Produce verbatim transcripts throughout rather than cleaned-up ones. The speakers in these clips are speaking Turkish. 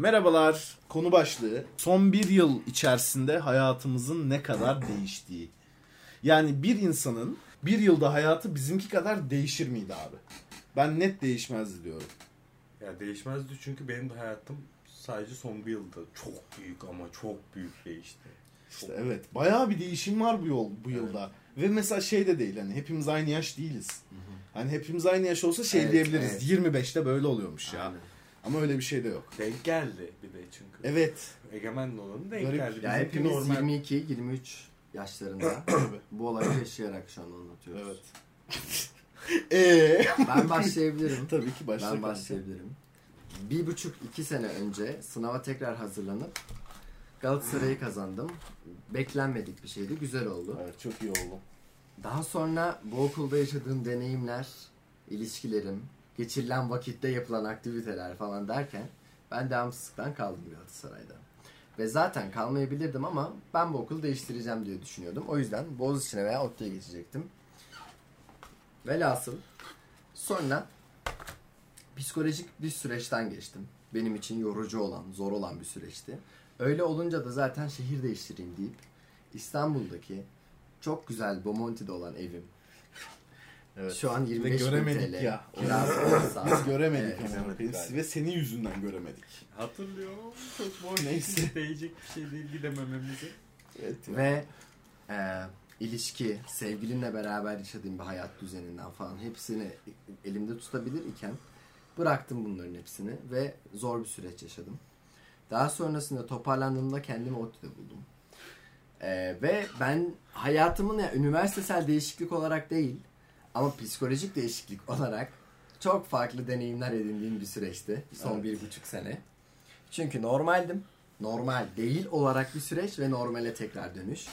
Merhabalar. Konu başlığı. Son bir yıl içerisinde hayatımızın ne kadar değiştiği. Yani bir insanın bir yılda hayatı bizimki kadar değişir miydi abi? Ben net değişmezdi diyorum. Ya değişmezdi çünkü benim de hayatım sadece son bir yılda çok büyük ama çok büyük değişti. İşte çok evet. Büyük. Bayağı bir değişim var bu yol bu yılda. Evet. Ve mesela şey de değil, hani hepimiz aynı yaş değiliz. Hı hı. Hani hepimiz aynı yaş olsa şey evet, diyebiliriz. Evet. yirmi beşte böyle oluyormuş ya. Aynen. Ama öyle bir şey de yok. Denk geldi bir de çünkü. Evet. Egemen'le olanı denk Garip. geldi. Ya hepimiz normal... yirmi iki yirmi üç yaşlarında bu olayı yaşayarak şu an anlatıyoruz. Evet. Eee? Ben başlayabilirim. Tabii ki başla. Ben başlayabilirim. Bir buçuk iki sene önce sınava tekrar hazırlanıp Galatasaray'ı kazandım. Beklenmedik bir şeydi. Güzel oldu. Evet, çok iyi oldu. Daha sonra bu okulda yaşadığım deneyimler, ilişkilerim, geçirilen vakitte yapılan aktiviteler falan derken ben devamsızlıktan kaldım Galatasaray'da. Ve zaten kalmayabilirdim ama ben bu okulu değiştireceğim diye düşünüyordum. O yüzden Boğaziçi'ne veya ODTÜ'ye geçecektim. Velhasıl sonra psikolojik bir süreçten geçtim. Benim için yorucu olan, zor olan bir süreçti. Öyle olunca da zaten şehir değiştireyim deyip İstanbul'daki çok güzel Bomonti'de olan evim. Evet. Şu an yirmi beş bin göremedik T L. ya. Olsa, Biz göremedik evet, ama evet, ve senin yüzünden göremedik. Hatırlıyorum. Çok boş. Neyse. Değecek bir şey değil gidemememizi. Evet ve e, ilişki, sevgilinle beraber yaşadığım bir hayat düzeninden falan hepsini elimde tutabilir iken bıraktım bunların hepsini ve zor bir süreç yaşadım. Daha sonrasında toparlandığımda kendimi ODTÜ'de buldum. E, ve ben hayatımın yani üniversitesel değişiklik olarak değil ama psikolojik değişiklik olarak çok farklı deneyimler edindiğim bir süreçti. Son evet. bir buçuk sene. Çünkü normaldim. Normal değil olarak bir süreç ve normale tekrar dönüş.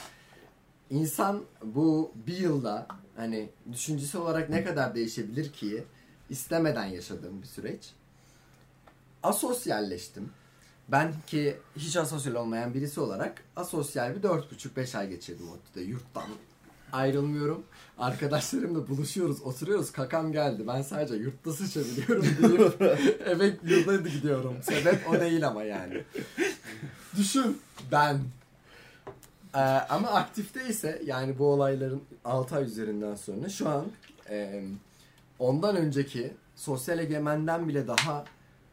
İnsan bu bir yılda hani düşüncesi olarak ne kadar değişebilir ki istemeden yaşadığım bir süreç. Asosyalleştim. Ben ki hiç asosyal olmayan birisi olarak asosyal bir dört buçuk beş ay geçirdim ODTÜ'de. Yurttan ayrılmıyorum. Arkadaşlarımla buluşuyoruz, oturuyoruz. Kakam geldi. Ben sadece yurtta sıçabiliyorum deyip eve yurda gidiyorum. Sebep o değil ama yani. Düşün. Ben. Ee, ama aktifte ise yani bu olayların altı ay üzerinden sonra şu an e, ondan önceki sosyal egemenden bile daha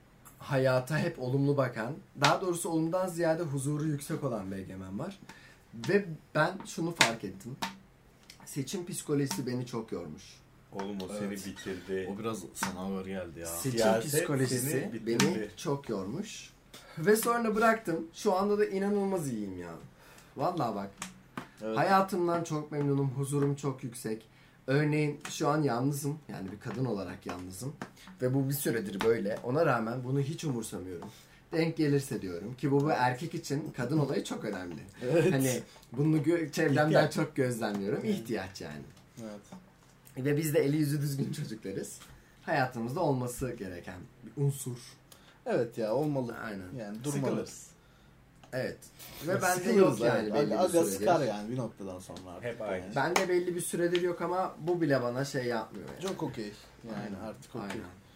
hayata hep olumlu bakan, daha doğrusu olumdan ziyade huzuru yüksek olan bir egemen var. Ve ben şunu fark ettim. Seçim psikolojisi beni çok yormuş. Oğlum o evet. seni bitirdi. O biraz sana ağır geldi ya. Seçim Siyaset psikolojisi beni çok yormuş. Ve sonra bıraktım. Şu anda da inanılmaz iyiyim ya. Vallahi bak. Evet. Hayatımdan çok memnunum. Huzurum çok yüksek. Örneğin şu an yalnızım. Yani bir kadın olarak yalnızım. Ve bu bir süredir böyle. Ona rağmen bunu hiç umursamıyorum. Denk gelirse diyorum ki bu, bu erkek için kadın olayı çok önemli. Evet. Hani bunu gö- çevremden İhtiyaç. çok gözlemliyorum. Evet. İhtiyaç yani. Evet. Ve biz de eli yüzü düzgün çocuklarız. Hayatımızda olması gereken bir unsur. Evet ya olmalı. Aynen. Yani durmalıyız. Evet. Ve bende yok yani belli bir Aga süredir. sıkar yani bir noktadan sonra artık. Hep aynı. Yani. Bende belli bir süredir yok ama bu bile bana şey yapmıyor yani. Çok okey. Yani aynen. Artık okey.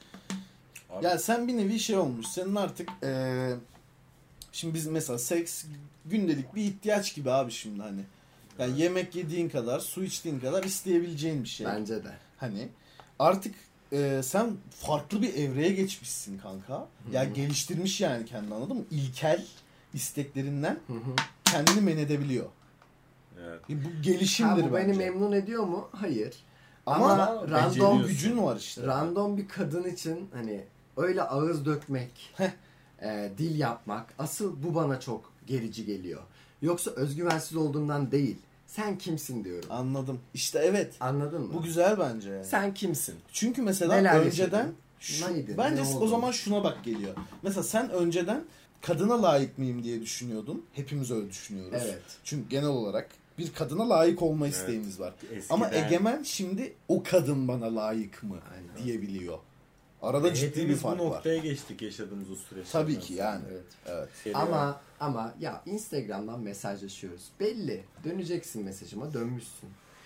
Aynen. Ya sen bir nevi şey olmuş. Senin artık ee, şimdi biz mesela seks gündelik bir ihtiyaç gibi abi şimdi hani. Yani evet. Yemek yediğin kadar, su içtiğin kadar isteyebileceğin bir şey. Bence de. Hani artık e, sen farklı bir evreye geçmişsin kanka. Ya yani geliştirmiş yani kendini, anladın mı? İlkel isteklerinden hı hı. kendini men edebiliyor. Evet. E, bu gelişimdir ha, bu bence. beni memnun ediyor mu? Hayır. Ama, Ama random gücün var işte. Random bir kadın için hani öyle ağız dökmek, e, dil yapmak asıl bu bana çok gerici geliyor. Yoksa özgüvensiz olduğundan değil. Sen kimsin diyorum. Anladım. İşte evet. Anladın mı? Bu güzel bence. Yani. Sen kimsin? Çünkü mesela Neler önceden şu, Neydi? bence ne o zaman şuna bak geliyor. Mesela sen önceden kadına layık mıyım diye düşünüyordun. Hepimiz öyle düşünüyoruz. Evet. Çünkü genel olarak bir kadına layık olma evet. isteğimiz var. Eskiden... Ama egemen şimdi o kadın bana layık mı Aynen. diyebiliyor. Arada e, ciddi bir fark var. Bu noktaya var. geçtik yaşadığımız o süreçte. Tabii ki yani. Evet. evet. Ama ama ya Instagram'dan mesajlaşıyoruz. Belli. Döneceksin mesajıma, dönmüşsün.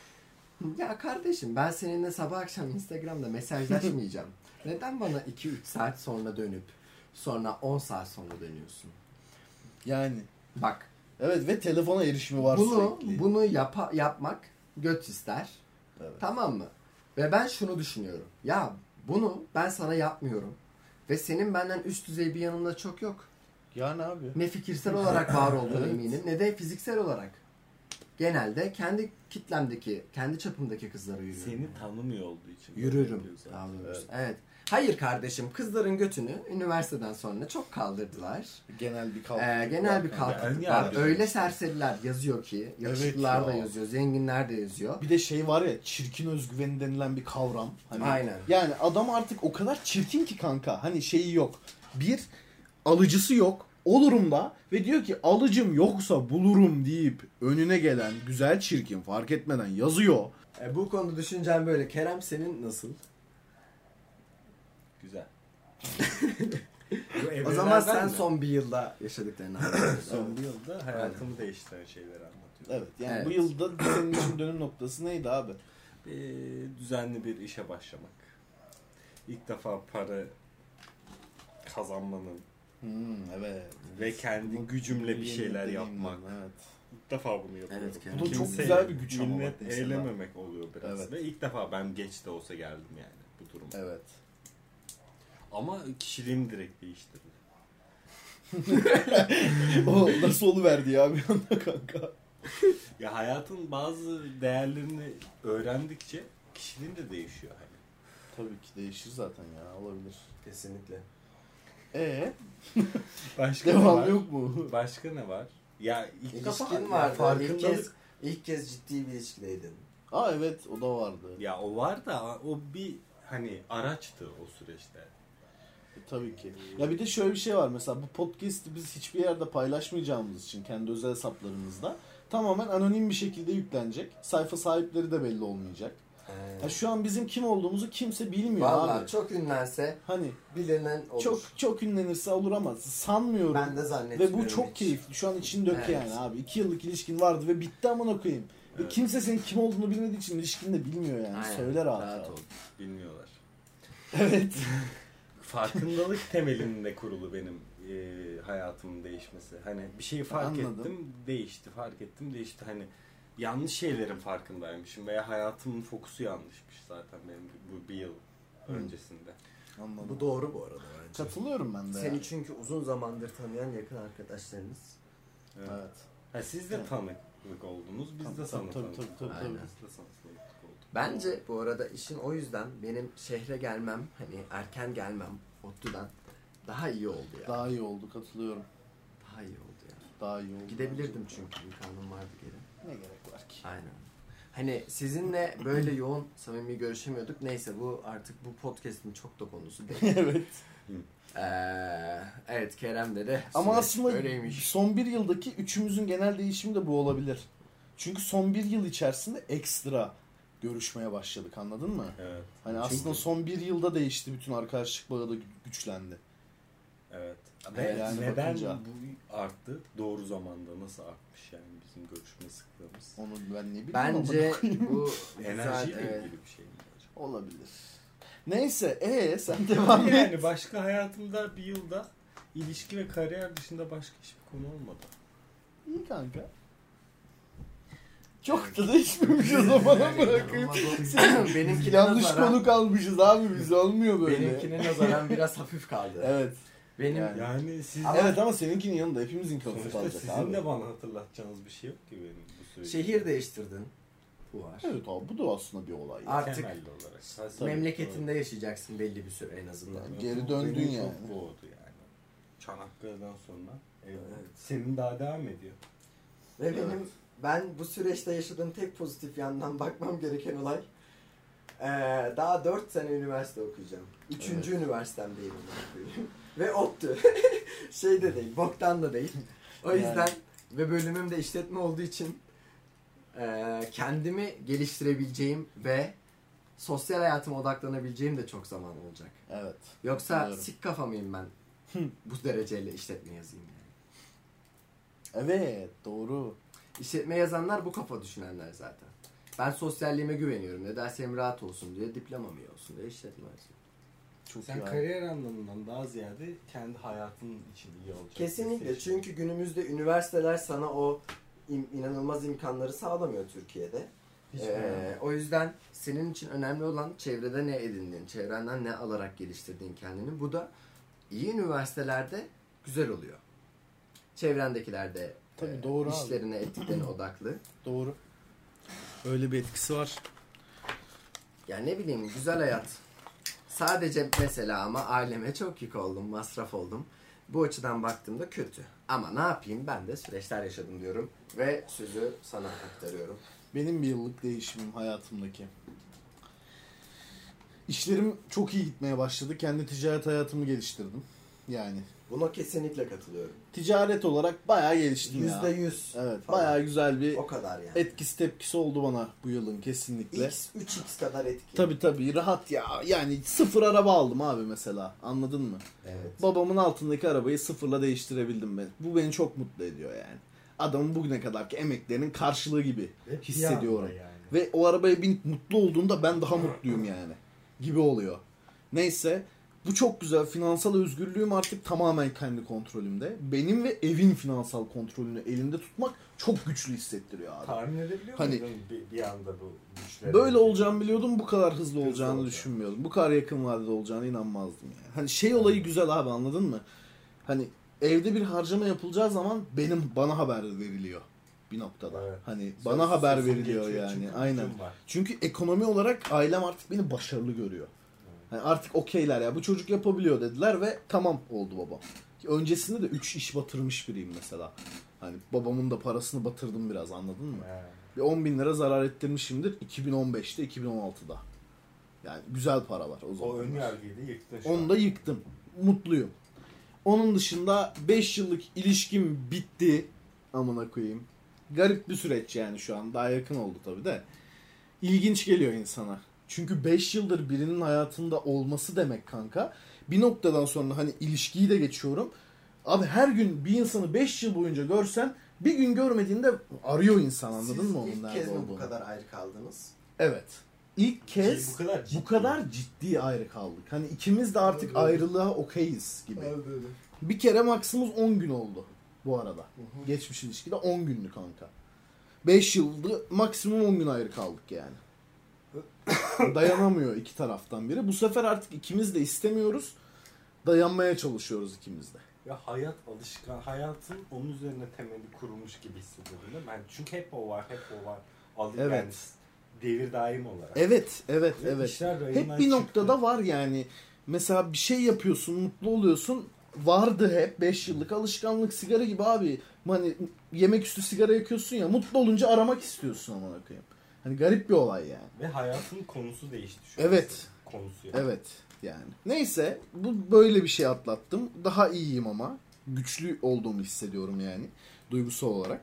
Ya kardeşim ben seninle sabah akşam Instagram'da mesajlaşmayacağım. Neden bana iki üç saat sonra dönüp Sonra on saat sonra dönüyorsun. Yani. Bak. Evet ve telefona erişimi var Bunu sürekli. bunu yapa, yapmak göt ister. Evet. Tamam mı? Ve ben şunu düşünüyorum. Ya bunu ben sana yapmıyorum. Ve senin benden üst düzey bir yanın da çok yok. Yani abi. Ne fikirsel olarak var olduğunu Evet. eminim ne de fiziksel olarak. Genelde kendi kitlemdeki, kendi çapımdaki kızlara yürüyorum. Seni tanımıyor olduğu için. Yürürüm. Yapıyor zaten. Daha doğrusu. Evet. Evet. Hayır kardeşim, kızların götünü üniversiteden sonra çok kaldırdılar. Genel bir kalk. Ee, genel bir Yani kalkıntık yani var. bizim Öyle işte. serseriler yazıyor ki, yakışıklılar Evet da ya. yazıyor, zenginler de yazıyor. Bir de şey var ya, çirkin özgüveni denilen bir kavram. Hani Aynen. Yani adam artık o kadar çirkin ki kanka. Hani şeyi yok. Bir alıcısı yok. Olurum da ve diyor ki alıcım yoksa bulurum deyip önüne gelen güzel çirkin fark etmeden yazıyor. E, bu konuda düşüncem böyle. Kerem senin nasıl? Güzel. O zaman sen son bir yılda yaşadıklarını anlatıyorsun. son bir yılda hayatımı değiştiren şeyleri anlatıyorum. Evet yani Evet. bu yılda senin için dönüm noktası neydi abi? Ee, düzenli bir işe başlamak. İlk defa para kazanmanın Hmm, evet. ve kendi Bunu gücümle bir yeni şeyler deneyimledim, yapmak. Evet. İlk defa bunu yapıyorum. Evet, Kerem. Bu da çok Kimseye güzel bir güç ama minnet bak mesela. eylememek oluyor biraz. Evet. Ve ilk defa ben geç de olsa geldim yani bu duruma. Evet. Ama kişiliğimi direkt değiştirdi. O nasıl oluverdi ya bir anda kanka? Ya hayatın bazı değerlerini öğrendikçe kişiliğin de değişiyor hani. Tabii ki değişir zaten ya, olabilir. Kesinlikle. Ee, Başka ne var? devam yok mu? Başka ne var? Ya ilk defa İlişkin ya vardı. İlk farkındalık. kez, ilk kez ciddi bir ilişkideydin. Aa evet, o da vardı. Ya o var da o bir hani araçtı o süreçte. E, tabii ki. Ya bir de şöyle bir şey var, mesela bu podcast'i biz hiçbir yerde paylaşmayacağımız için kendi özel hesaplarımızda tamamen anonim bir şekilde yüklenecek. Sayfa sahipleri de belli olmayacak. Ya şu an bizim kim olduğumuzu kimse bilmiyor Vallahi abi. çok ünlense Hani bilinen olur. çok çok ünlenirse olur ama sanmıyorum. Ben de zannetmiyorum. Ve bu çok hiç. keyifli. Şu an için dök Evet. yani abi. İki yıllık ilişkin vardı ve bitti amına koyayım. Ve Evet. kimse senin kim olduğunu bilmediği için ilişkini de bilmiyor yani. Aynen. Söyle rahat Rahat rahat. ol. Bilmiyorlar. Evet. Farkındalık temelinde kurulu benim e, hayatımın değişmesi. Hani bir şeyi fark Anladım. ettim, değişti, fark ettim, değişti. Hani yanlış şeylerin farkındaymışım veya hayatımın fokusu yanlışmış zaten benim bu bir yıl Hı. öncesinde. Anladım. Bu doğru bu arada bence. Katılıyorum ben de. Seni ya. çünkü uzun zamandır tanıyan yakın arkadaşlarınız. Evet. Evet. Ha, siz de Evet. tanıklık oldunuz, biz Tabii, de sana tabii, tabii, tanıklık tabii, olduk. tabii. Biz de sana tanıklık olduk. Bence bu arada işin o yüzden benim şehre gelmem, hani erken gelmem ODTÜ'den daha iyi oldu ya. Daha, Daha iyi oldu, katılıyorum. iyi oldu ya. Daha iyi oldu. Gidebilirdim çünkü imkanım vardı geri. Ne gerek var ki? Aynen. Hani sizinle böyle yoğun samimi görüşemiyorduk. Neyse bu artık bu podcast'in çok da konusu değil. Evet. Ee, evet Kerem'de de Ama süreç aslında öyleymiş. son bir yıldaki üçümüzün genel değişimi de bu olabilir. Çünkü son bir yıl içerisinde ekstra görüşmeye başladık, anladın mı? Evet. Hani Çünkü- aslında son bir yılda değişti, bütün arkadaşlık bağı da gü- güçlendi. Evet. Evet, Ve yani neden bakınca. bu arttı? Doğru zamanda nasıl artmış yani bizim görüşme sıklığımız? Onu ben ne bileyim. Bence amına koyayım. bu Enerjiyle güzel, evet. ilgili bir şey mi acaba? Olabilir. Neyse, ee sen devam et. Yani başka hayatımda bir yılda ilişki ve kariyer dışında başka hiçbir konu olmadı. İyi kanka. Çok da değişmemiş o zaman bırakayım. Benimkine Yanlış nazaran, konu kalmışız abi, biz olmuyor böyle. benimkine nazaran biraz hafif kaldı. Evet. Benim Yani. Yani siz Ama- Evet ama seninkinin yanında hepimizin konusu sonuçta kalacak sizin abi. de bana hatırlatacağınız bir şey yok ki benim bu süreçte. şehir değiştirdin. Bu var. Evet abi, bu da aslında bir olay. ya. Artık Temelli olarak. Tabii, memleketinde yaşayacaksın belli bir süre en azından. Yani geri Bu döndün beni yani. Çok boğdu yani. Çanakkale'den sonra. Evet. Evet. Senin daha devam ediyor. Ve Evet. benim ben bu süreçte yaşadığım tek pozitif yandan bakmam gereken olay eee, daha dört sene üniversite okuyacağım. Üçüncü üniversitemdeyim. Ve ODTÜ. Şey de değil, boktan da değil. O Yani. yüzden ve bölümüm de işletme olduğu için eee, kendimi geliştirebileceğim ve sosyal hayatıma odaklanabileceğim de çok zaman olacak. Evet. Yoksa Anlıyorum. sik kafa mıyım ben bu dereceyle işletme yazayım yani. Evet, doğru. İşletme yazanlar bu kafa düşünenler zaten. Ben sosyalliğime güveniyorum. Ne dersem rahat olsun diye, diplomam iyi olsun diye işletme yazıyorum. Çok Sen iyi abi. kariyer anlamından daha ziyade kendi hayatın için iyi olacak. Kesinlikle, çünkü günümüzde üniversiteler sana o im- inanılmaz imkanları sağlamıyor Türkiye'de. Ee, o yüzden senin için önemli olan çevrede ne edindiğin, çevrenden ne alarak geliştirdiğin kendini. Bu da iyi üniversitelerde güzel oluyor. Çevrendekiler de Tabii, e, doğru abi. işlerine, ettiklerine odaklı. Doğru. Öyle bir etkisi var. Yani ne bileyim, güzel hayat. Sadece mesela ama aileme çok yük oldum, masraf oldum. Bu açıdan baktığımda kötü. Ama ne yapayım, ben de süreçler yaşadım diyorum. Ve sözü sana aktarıyorum. Benim bir yıllık değişimim hayatımdaki. İşlerim çok iyi gitmeye başladı. Kendi ticaret hayatımı geliştirdim. Yani Buna kesinlikle katılıyorum. ticaret olarak bayağı geliştim ya. Yüzde yüz. Evet, falan. bayağı güzel bir O kadar yani. etkisi tepkisi oldu bana bu yılın kesinlikle. X, üç x kadar etki. Tabii tabii, rahat ya. Yani sıfır araba aldım abi mesela. Anladın mı? Evet. Babamın altındaki arabayı sıfırla değiştirebildim ben. Bu beni çok mutlu ediyor yani. Adamın bugüne kadarki emeklerinin karşılığı gibi Ve bir hissediyorum. anda yani. Ve o arabaya binip mutlu olduğumda ben daha mutluyum yani. Gibi oluyor. Neyse, bu çok güzel. Finansal özgürlüğüm artık tamamen kendi kontrolümde. Benim ve evin finansal kontrolünü elimde tutmak çok güçlü hissettiriyor abi. Tahmin edebiliyor Hani- muydun bir, bir anda bu güçlere? Böyle olacağını biliyordum, bu kadar hızlı Hızlı olacağını olacağını. düşünmüyordum. Bu kadar yakın vadede olacağına inanmazdım yani. Hani şey olayı güzel abi, anladın mı? Hani evde bir harcama yapılacağı zaman benim bana haber veriliyor bir noktada. Evet. Hani Sen bana haber sözün veriliyor geçiyor yani. çünkü Aynen. gücün var. Çünkü ekonomi olarak ailem artık beni başarılı görüyor. Hani artık okeyler ya, bu çocuk yapabiliyor dediler ve tamam oldu babam. Öncesinde de üç iş batırmış biriyim mesela. Hani babamın da parasını batırdım biraz, anladın mı? He. Bir on bin lira zarar ettirmişimdir iki bin on beşte iki bin on altıda. Yani güzel para var o zaman. O ön yargıyı da yıktın şu Onu an. da yıktım. Mutluyum. Onun dışında beş yıllık ilişkim bitti. Amına koyayım. Garip bir süreç yani şu an. Daha yakın oldu tabii de. İlginç geliyor insana. Çünkü beş yıldır birinin hayatında olması demek kanka. Bir noktadan sonra hani ilişkiyi de geçiyorum. Abi her gün bir insanı beş yıl boyunca görsen bir gün görmediğinde arıyor insan, anladın Siz mı onun ilk nerede kez mi bu olduğunu? kadar ayrı kaldınız? Evet. İlk kez Bu kadar ciddi. bu kadar ciddi ayrı kaldık. Hani ikimiz de artık Evet. ayrılığa okeyiz gibi. Bir kere maksimum on gün oldu bu arada. Geçmiş ilişkide on gündü kanka. beş yılda maksimum on gün ayrı kaldık yani. Dayanamıyor iki taraftan biri. Bu sefer artık ikimiz de istemiyoruz. Dayanmaya çalışıyoruz ikimiz de. Ya hayat alışkan, hayatın onun üzerine temeli kurulmuş gibi hissediyorum değil mi? Ben, çünkü hep o var, hep o var. Al, Evet. Yani devir daim olarak. Evet, evet, Ve evet. işler rayından Hep bir çıktı. noktada var yani. Mesela bir şey yapıyorsun, mutlu oluyorsun. Vardı hep beş yıllık alışkanlık, sigara gibi abi. Hani yemek üstü sigara yakıyorsun ya, mutlu olunca aramak istiyorsun amına koyayım. Hani garip bir olay yani. Ve hayatın konusu değişti şu an. Evet. Konusu yani. Evet yani. Neyse, bu böyle bir şey atlattım. Daha iyiyim ama güçlü olduğumu hissediyorum yani duygusal olarak.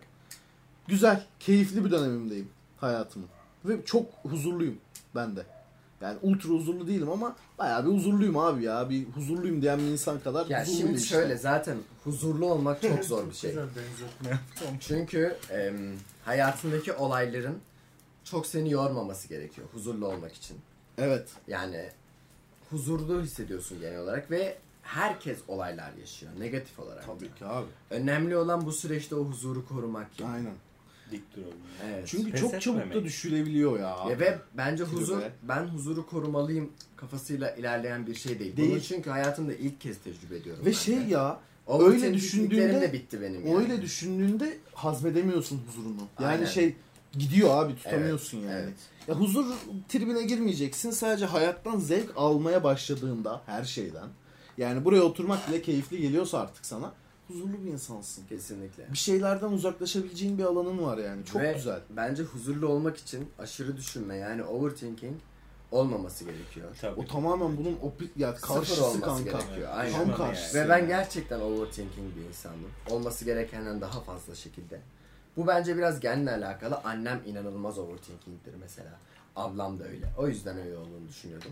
Güzel, keyifli bir dönemimdeyim hayatımın. Ve çok huzurluyum ben de. Yani ultra huzurlu değilim ama bayağı bir huzurluyum abi ya. Bir huzurluyum diyen bir insan kadar Ya huzurluyum şimdi işte. şöyle, zaten huzurlu olmak çok zor bir şey. Güzel benzetme yaptım. Çünkü em, hayatındaki olayların çok seni yormaması gerekiyor huzurlu olmak için. Evet. Yani huzurlu hissediyorsun genel olarak ve herkes olaylar yaşıyor negatif olarak. Tabii ki abi. Önemli olan bu süreçte o huzuru korumak. Aynen. Dik duralım. Evet. Çünkü Pes çok çabuk da etmemek. düşülebiliyor ya. Ya ve bence Tribe. huzur, ben huzuru korumalıyım kafasıyla ilerleyen bir şey değil. Değil. Bunu çünkü hayatımda ilk kez tecrübe ediyorum. Ve ben şey de. ya, Overthinking'lerim düşündüğünde- de bitti benim yani. öyle düşündüğünde hazmedemiyorsun huzurunu. Yani Aynen. şey gidiyor abi, tutamıyorsun Evet, yani. evet. Ya huzur tribine girmeyeceksin. Sadece hayattan zevk almaya başladığında her şeyden. Yani buraya oturmak bile keyifli geliyorsa artık sana, huzurlu bir insansın. Kesinlikle. Bir şeylerden uzaklaşabileceğin bir alanın var yani. Çok Ve güzel. bence huzurlu olmak için aşırı düşünme, yani overthinking olmaması gerekiyor. Tabii. O tamamen bunun opi- ya Sıfır karşısı olması kanka. gerekiyor. Aynen. Tam Düşmanı karşısı. Ve ben gerçekten overthinking bir insandım. Olması gerekenden daha fazla şekilde. Bu bence biraz genle alakalı. Annem inanılmaz overthinking'dir mesela. Ablam da öyle. O yüzden öyle olduğunu düşünüyordum.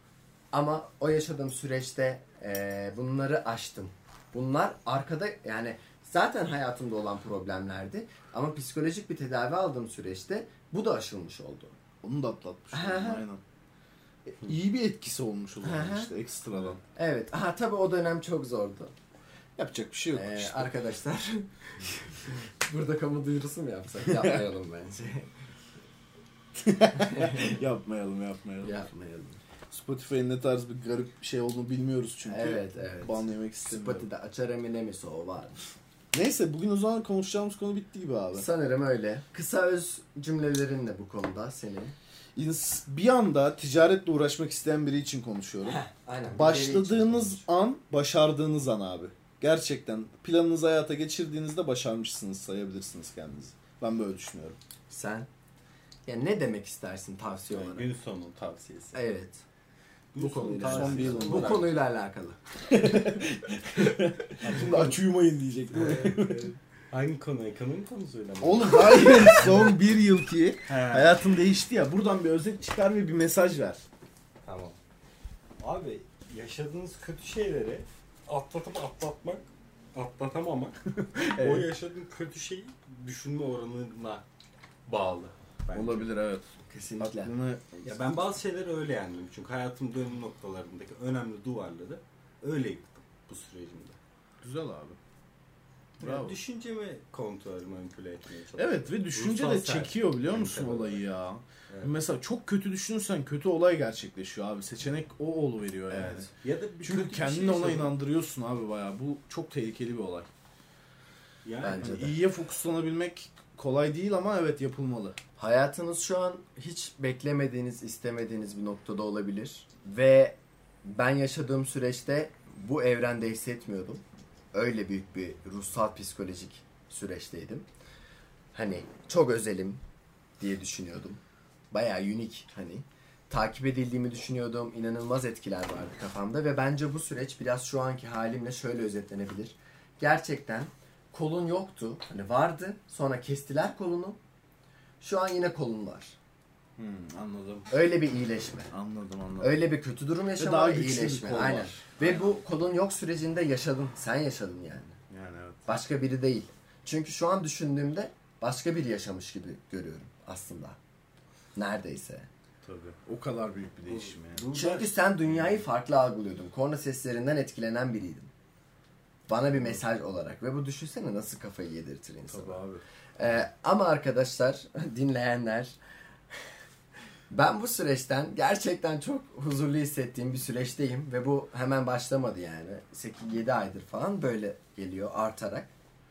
Ama o yaşadığım süreçte eee, bunları aştım. Bunlar arkada, yani zaten hayatımda olan problemlerdi. Ama psikolojik bir tedavi aldığım süreçte bu da aşılmış oldu. Onu da atlatmış. Aha. Aynen. iyi bir etkisi olmuş o Hı zaman hı. işte ekstradan. Evet. Aha tabii o dönem çok zordu. Yapacak bir şey yok Ee, işte. Arkadaşlar burada kamu duyurusu mu yapsak? Yapmayalım bence. yapmayalım yapmayalım. Yapmayalım. Spotify'ın ne tarz bir garip bir şey olduğunu bilmiyoruz çünkü. Evet evet. Ban yemek istemiyorum. Spotify'da açar emine mi o var. Neyse bugün o zaman konuşacağımız konu bitti gibi abi. Sanırım öyle. Kısa öz cümlelerin ne bu konuda senin? İns- Bir anda ticaretle uğraşmak isteyen biri için konuşuyorum. Aynen. Başladığınız an başardığınız an abi. Gerçekten planınızı hayata geçirdiğinizde başarmışsınız sayabilirsiniz kendinizi. Ben böyle düşünüyorum. Sen? Ya ne demek istersin tavsiye Yani olarak? gün sonu tavsiyesi. Evet. Gün Bu sonu konuyla, tavsiyesi. son bir yıl bu olarak. konuyla alakalı. Şimdi aç uyumayın diyecektim. Hangi konu? Ekonomi konusuyla mı? Oğlum hayır son bir yıl ki He. hayatın değişti ya. Buradan bir özet çıkar ve bir mesaj ver. Tamam. Abi yaşadığınız kötü şeyleri atlatıp atlatmak, atlatamamak o Evet. yaşadığın kötü şeyi düşünme oranına bağlı. bence. Olabilir evet. Kesinlikle. Aklını... Ya ben bazı şeyleri öyle yendim. Çünkü hayatım dönüm noktalarındaki önemli duvarları öyle yıktım bu sürecimde. Güzel abi. Yani Bravo. düşüncemi kontrol manipüle etmeye çalışıyorum. Evet ve düşünce Ruhsal de çekiyor biliyor sert. musun Evet. olayı ya. Evet. Mesela çok kötü düşünürsen kötü olay gerçekleşiyor abi. Seçenek o oluveriyor yani. Evet. Ya da bir Çünkü kötü bir kendini şey ona yaşadın. inandırıyorsun abi bayağı. Bu çok tehlikeli bir olay. Yani Bence Yani de. iyiye fokuslanabilmek kolay değil ama evet yapılmalı. Hayatınız şu an hiç beklemediğiniz, istemediğiniz bir noktada olabilir. Ve ben yaşadığım süreçte bu evrende hissetmiyordum. Öyle büyük bir ruhsal psikolojik süreçteydim. Hani çok özelim diye düşünüyordum. Bayağı unik hani. Takip edildiğimi düşünüyordum. İnanılmaz etkiler vardı kafamda ve bence bu süreç biraz şu anki halimle şöyle özetlenebilir. Gerçekten kolun yoktu. Hani vardı. Sonra kestiler kolunu. Şu an yine kolun var. Hmm, anladım. Öyle bir iyileşme. Anladım anladım. Öyle bir kötü durum yaşama daha ve güçlü bir iyileşme. kol Aynen. var. Ve Aynen. bu kolun yok sürecinde yaşadın. Sen yaşadın yani. Yani evet. Başka biri değil. Çünkü şu an düşündüğümde başka biri yaşamış gibi görüyorum aslında. Neredeyse. Tabii. O kadar büyük bir değişim yani. Bu- Çünkü sen dünyayı farklı algılıyordun. Korna seslerinden etkilenen biriydin. Bana bir mesaj olarak. Ve bu düşünsene nasıl kafayı yedirtir insana. Tabii abi. Ee, ama arkadaşlar, dinleyenler, ben bu süreçten gerçekten çok huzurlu hissettiğim bir süreçteyim. Ve bu hemen başlamadı yani. sekiz yedi aydır falan böyle geliyor artarak.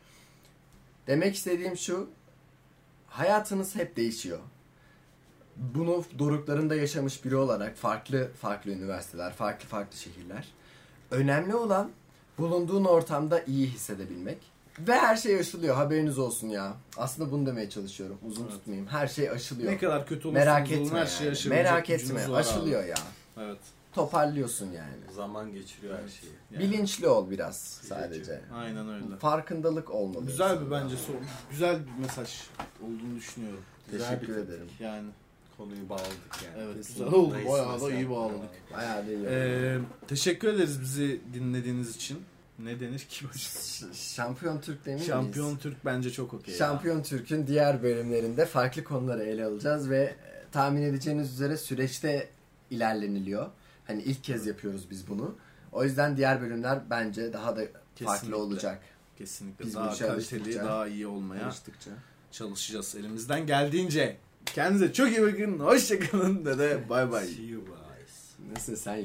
Demek istediğim şu, hayatınız hep değişiyor. Bunu doruklarında yaşamış biri olarak farklı farklı üniversiteler, farklı farklı şehirler. Önemli olan bulunduğun ortamda iyi hissedebilmek. Ve her şey aşılıyor, haberiniz olsun ya. Aslında bunu demeye çalışıyorum, uzun Evet. tutmayayım. Her şey aşılıyor. Ne kadar kötü olursanız Merak olun etme her şeyi yani. aşabilecek Merak gücünüz etme, var aşılıyor abi. ya. Evet. Toparlıyorsun yani. Zaman geçiriyor her şeyi. Yani. Bilinçli ol biraz sadece. Aynen öyle. Farkındalık olmalı. Güzel bir insanda. bence son, güzel bir mesaj olduğunu düşünüyorum. Güzel Teşekkür bitirdik. ederim. Yani Konuyu bağladık yani. evet Kesinlikle. güzel oldu. Neyse, Bayağı da mesela. iyi bağladık. Bayağı da iyi oldu. Ee, teşekkür ederiz bizi dinlediğiniz için. Ne denir ki? Ş- Şampiyon Türk değil miyiz? Şampiyon Türk bence çok okey. ya. Şampiyon Türk'ün diğer bölümlerinde farklı konuları ele alacağız ve e, tahmin edeceğiniz üzere süreçte ilerleniliyor. Hani ilk kez yapıyoruz biz bunu. O yüzden diğer bölümler bence daha da farklı Kesinlikle. olacak. Kesinlikle Biz bu daha işe kaliteli, alıştıkça- daha iyi olmaya Alıştıkça. çalışacağız elimizden geldiğince. Kendinize çok iyi bakın. Hoşçakalın dede. Bay bay. See you guys. Nasıl sen